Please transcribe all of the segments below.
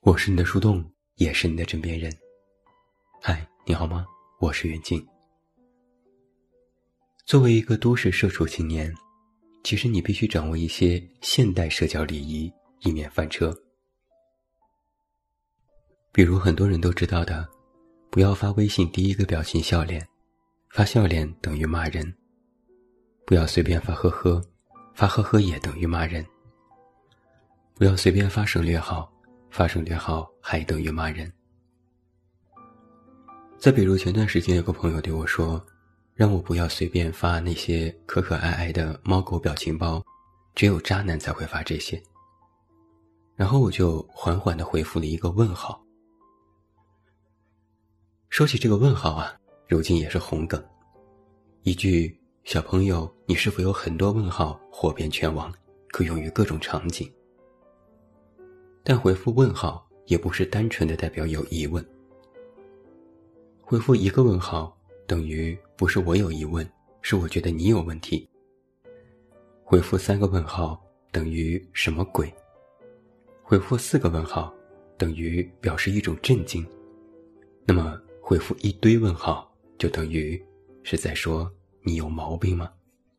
我是你的树洞，也是你的枕边人。嗨，你好吗？我是袁静。作为一个都市社畜青年，其实你必须掌握一些现代社交礼仪，以免翻车。比如很多人都知道的，不要发微信第一个表情笑脸，发笑脸等于骂人；不要随便发呵呵，发呵呵也等于骂人；不要随便发省略号，发省略号还等于骂人。再比如前段时间有个朋友对我说，让我不要随便发那些可可爱爱的猫狗表情包，只有渣男才会发这些。然后我就缓缓地回复了一个问号。说起这个问号啊，如今也是红梗。一句小朋友你是否有很多问号火遍全网，可用于各种场景。但回复问号也不是单纯的代表有疑问。回复一个问号等于不是我有疑问，是我觉得你有问题。回复3个问号等于什么鬼？回复4个问号等于表示一种震惊。那么回复一堆问号就等于是在说你有毛病吗？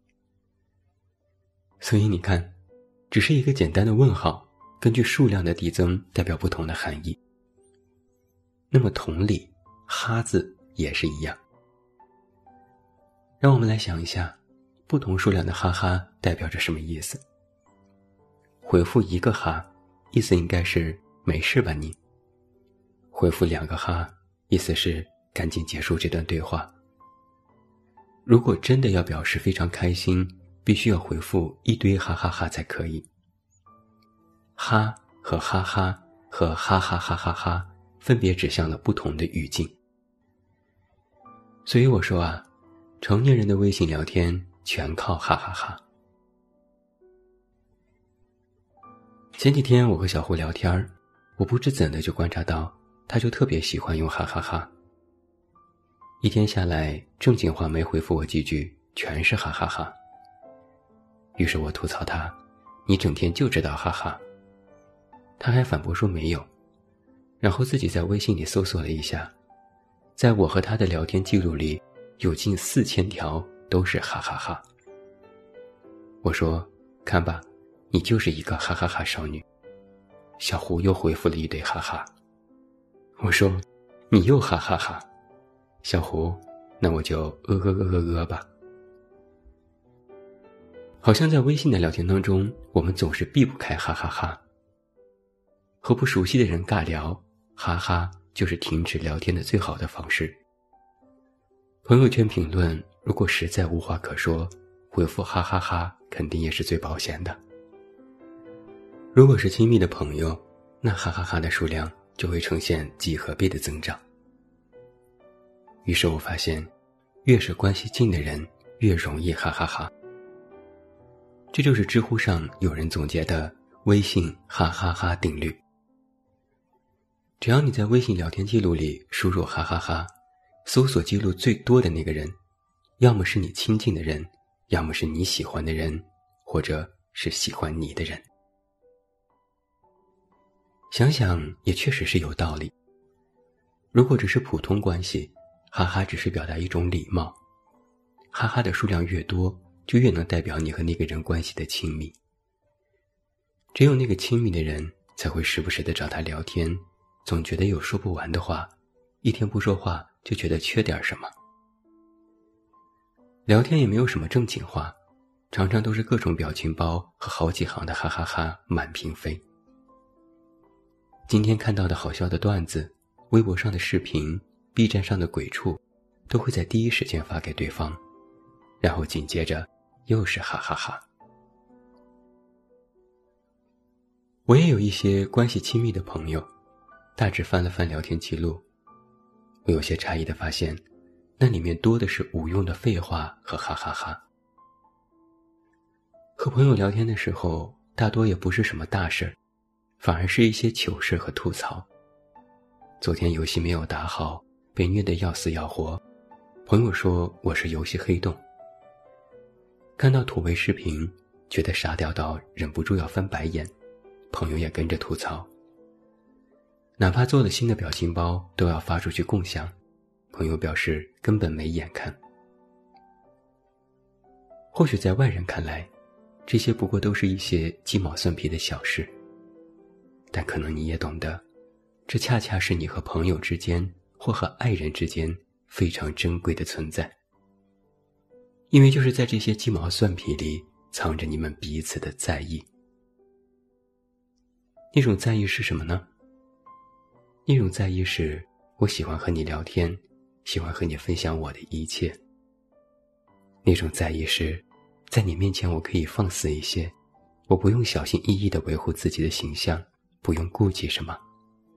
所以你看，只是一个简单的问号，根据数量的递增代表不同的含义。那么同理，哈字也是一样。让我们来想一下，不同数量的哈哈代表着什么意思？回复1个哈，意思应该是没事吧你？回复2个哈，意思是赶紧结束这段对话。如果真的要表示非常开心，必须要回复一堆哈哈哈才可以。哈和哈哈和哈哈哈哈哈分别指向了不同的语境。所以我说啊，成年人的微信聊天全靠哈哈哈。前几天我和小胡聊天，我不知怎的就观察到，他就特别喜欢用哈哈哈。一天下来，正经话没回复我几句，全是哈哈哈。于是我吐槽他，你整天就知道哈哈。他还反驳说没有，然后自己在微信里搜索了一下，在我和他的聊天记录里，有近4000条都是哈哈哈。我说，看吧，你就是一个哈哈哈少女。小胡又回复了一堆哈哈。我说，你又哈哈哈。小胡，那我就吧。好像在微信的聊天当中，我们总是避不开哈哈哈。和不熟悉的人尬聊，哈哈就是停止聊天的最好的方式。朋友圈评论如果实在无话可说，回复哈哈哈肯定也是最保险的。如果是亲密的朋友，那哈哈哈的数量就会呈现几何倍的增长。于是我发现，越是关系近的人，越容易哈哈哈。这就是知乎上有人总结的微信哈哈哈定律。只要你在微信聊天记录里输入哈哈哈，搜索记录最多的那个人，要么是你亲近的人，要么是你喜欢的人，或者是喜欢你的人。想想也确实是有道理。如果只是普通关系，哈哈只是表达一种礼貌，哈哈的数量越多，就越能代表你和那个人关系的亲密。只有那个亲密的人才会时不时地找他聊天，总觉得有说不完的话，一天不说话就觉得缺点什么。聊天也没有什么正经话，常常都是各种表情包和好几行的哈哈哈满屏飞。今天看到的好笑的段子，微博上的视频，B 站上的鬼畜，都会在第一时间发给对方，然后紧接着又是哈哈哈。我也有一些关系亲密的朋友，大致翻了翻聊天记录，我有些诧异地发现，那里面多的是无用的废话和哈哈哈。和朋友聊天的时候，大多也不是什么大事，反而是一些糗事和吐槽。昨天游戏没有打好，被虐得要死要活，朋友说我是游戏黑洞。看到土味视频，觉得傻屌到忍不住要翻白眼，朋友也跟着吐槽。 哪怕做了新的表情包都要发出去共享，朋友表示根本没眼看。或许在外人看来，这些不过都是一些鸡毛蒜皮的小事，但可能你也懂得，这恰恰是你和朋友之间或和爱人之间非常珍贵的存在。因为就是在这些鸡毛蒜皮里藏着你们彼此的在意。那种在意是什么呢？那种在意是我喜欢和你聊天，喜欢和你分享我的一切。那种在意是在你面前我可以放肆一些，我不用小心翼翼地维护自己的形象，不用顾忌什么。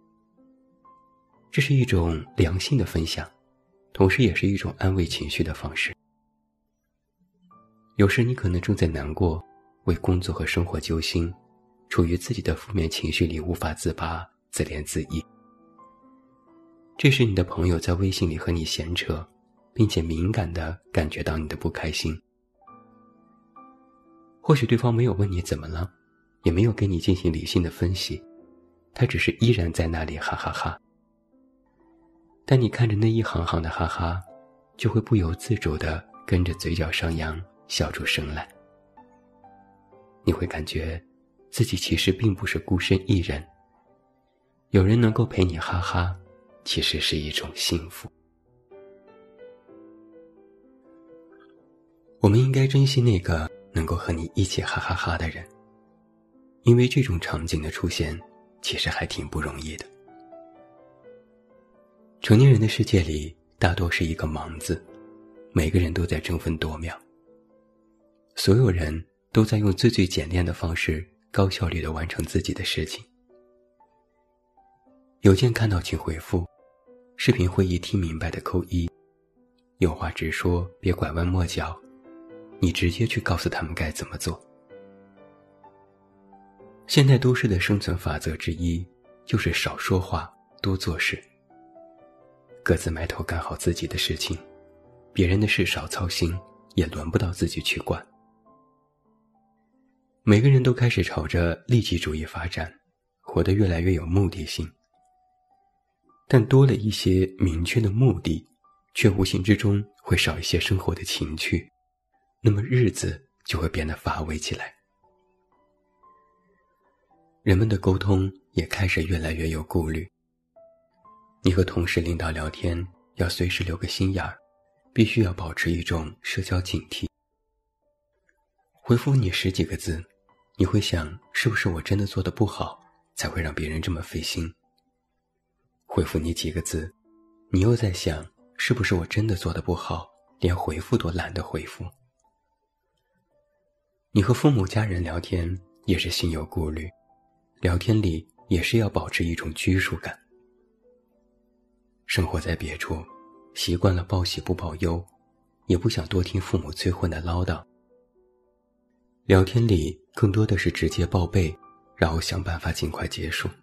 这是一种良性的分享，同时也是一种安慰情绪的方式。有时你可能正在难过，为工作和生活揪心，处于自己的负面情绪里无法自拔，自怜自艾。这时你的朋友在微信里和你闲扯，并且敏感地感觉到你的不开心。或许对方没有问你怎么了，也没有给你进行理性的分析，他只是依然在那里哈哈哈。但你看着那一行行的哈哈，就会不由自主地跟着嘴角上扬，笑出声来。你会感觉自己其实并不是孤身一人，有人能够陪你哈哈，其实是一种幸福。我们应该珍惜那个能够和你一起哈哈哈的人，因为这种场景的出现其实还挺不容易的。成年人的世界里大多是一个忙字，每个人都在争分夺秒，所有人都在用最简练的方式高效率地完成自己的事情。邮件看到请回复，视频会议听明白的扣一，有话直说，别拐弯抹角，你直接去告诉他们该怎么做。现代都市的生存法则之一就是少说话，多做事。各自埋头干好自己的事情，别人的事少操心，也轮不到自己去管。每个人都开始朝着利己主义发展，活得越来越有目的性。但多了一些明确的目的，却无形之中会少一些生活的情趣，那么日子就会变得乏味起来。人们的沟通也开始越来越有顾虑。你和同事领导聊天，要随时留个心眼儿，必须要保持一种社交警惕。回复你10几个字，你会想是不是我真的做得不好，才会让别人这么费心。回复你几个字，你又在想是不是我真的做得不好，连回复都懒得回复。你和父母家人聊天也是心有顾虑，聊天里也是要保持一种拘束感。生活在别处，习惯了报喜不报忧，也不想多听父母催婚的唠叨。聊天里更多的是直接报备，然后想办法尽快结束。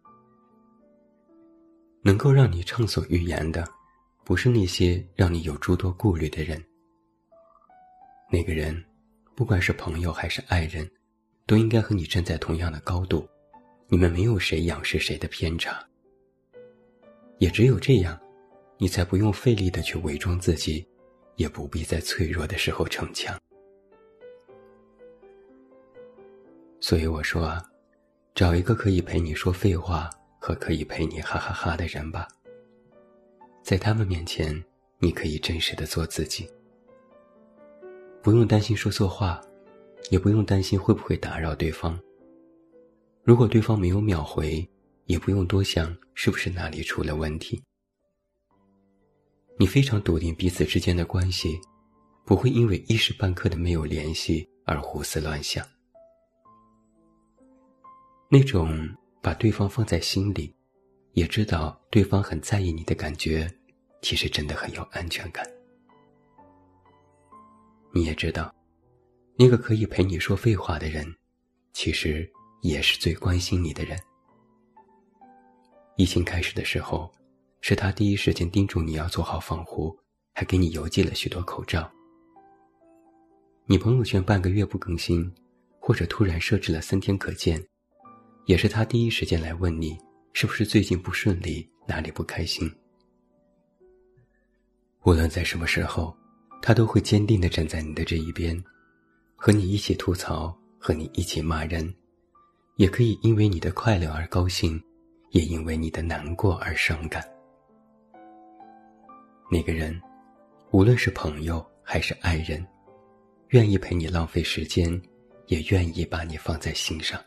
能够让你畅所欲言的，不是那些让你有诸多顾虑的人。那个人，不管是朋友还是爱人，都应该和你站在同样的高度，你们没有谁仰视谁的偏差。也只有这样，你才不用费力地去伪装自己，也不必在脆弱的时候逞强。所以我说啊，找一个可以陪你说废话和可以陪你哈哈哈的人吧。在他们面前，你可以真实地做自己，不用担心说错话，也不用担心会不会打扰对方。如果对方没有秒回，也不用多想是不是哪里出了问题。你非常笃定彼此之间的关系，不会因为一时半刻的没有联系而胡思乱想。那种把对方放在心里，也知道对方很在意你的感觉，其实真的很有安全感。你也知道，那个可以陪你说废话的人，其实也是最关心你的人。疫情开始的时候，是他第一时间叮嘱你要做好防护，还给你邮寄了许多口罩。你朋友圈半个月不更新，或者突然设置了3天可见，也是他第一时间来问你是不是最近不顺利，哪里不开心？无论在什么时候，他都会坚定地站在你的这一边，和你一起吐槽，和你一起骂人，也可以因为你的快乐而高兴，也因为你的难过而伤感。那个人，无论是朋友还是爱人，愿意陪你浪费时间，也愿意把你放在心上。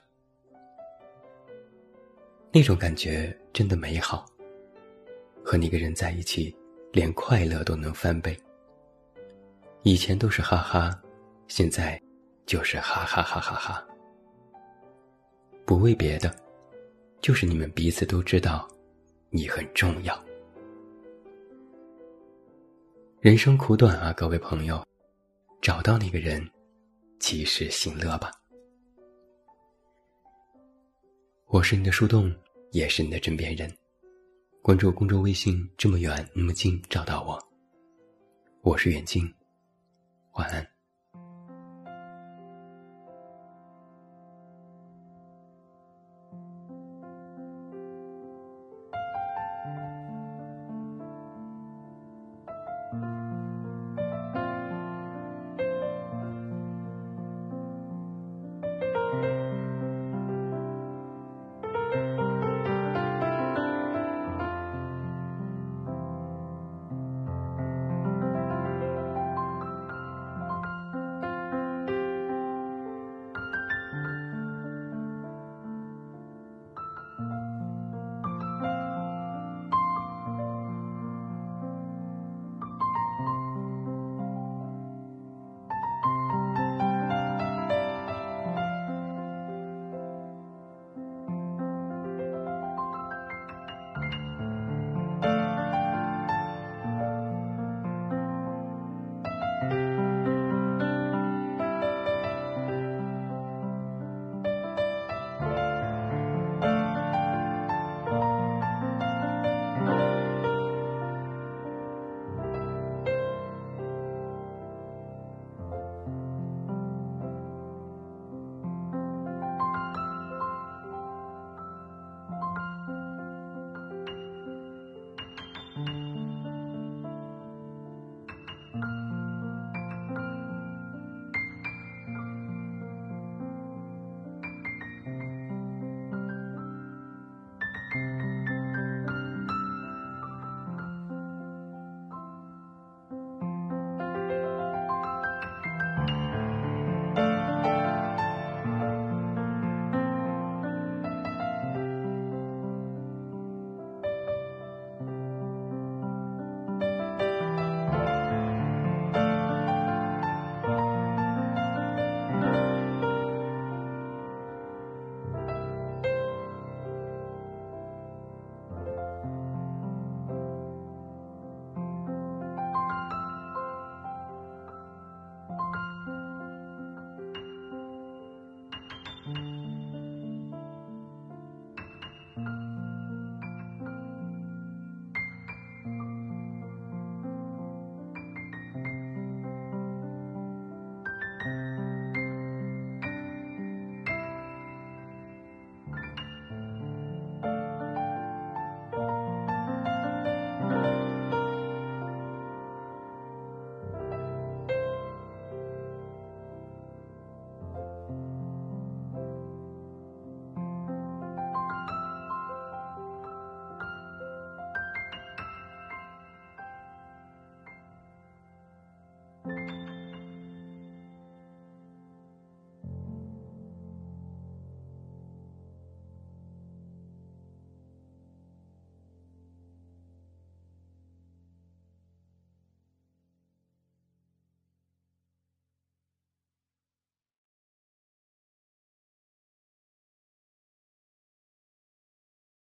那种感觉真的美好。和那个人在一起，连快乐都能翻倍。以前都是哈哈，现在就是哈哈哈哈哈。不为别的，就是你们彼此都知道，你很重要。人生苦短啊，各位朋友，找到那个人，及时行乐吧。我是你的树洞，也是你的枕边人。关注公众微信，这么远那么近，找到我。我是远近，晚安。